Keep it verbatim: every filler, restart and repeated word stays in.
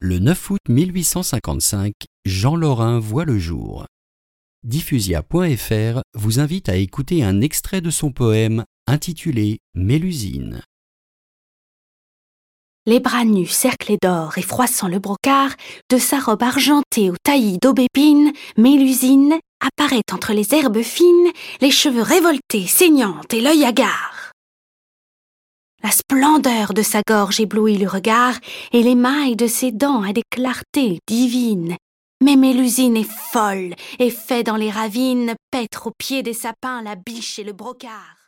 Le neuf août mille huit cent cinquante-cinq, Jean Lorrain voit le jour. Diffusia point F R vous invite à écouter un extrait de son poème intitulé Mélusine. Les bras nus cerclés d'or et froissant le brocart, de sa robe argentée au taillis d'aubépine, Mélusine apparaît entre les herbes fines, les cheveux révoltés, saignantes et l'œil hagard. La splendeur de sa gorge éblouit le regard, et l'émail de ses dents a des clartés divines. Mais Mélusine est folle, et fait dans les ravines paître au pied des sapins la biche et le brocard.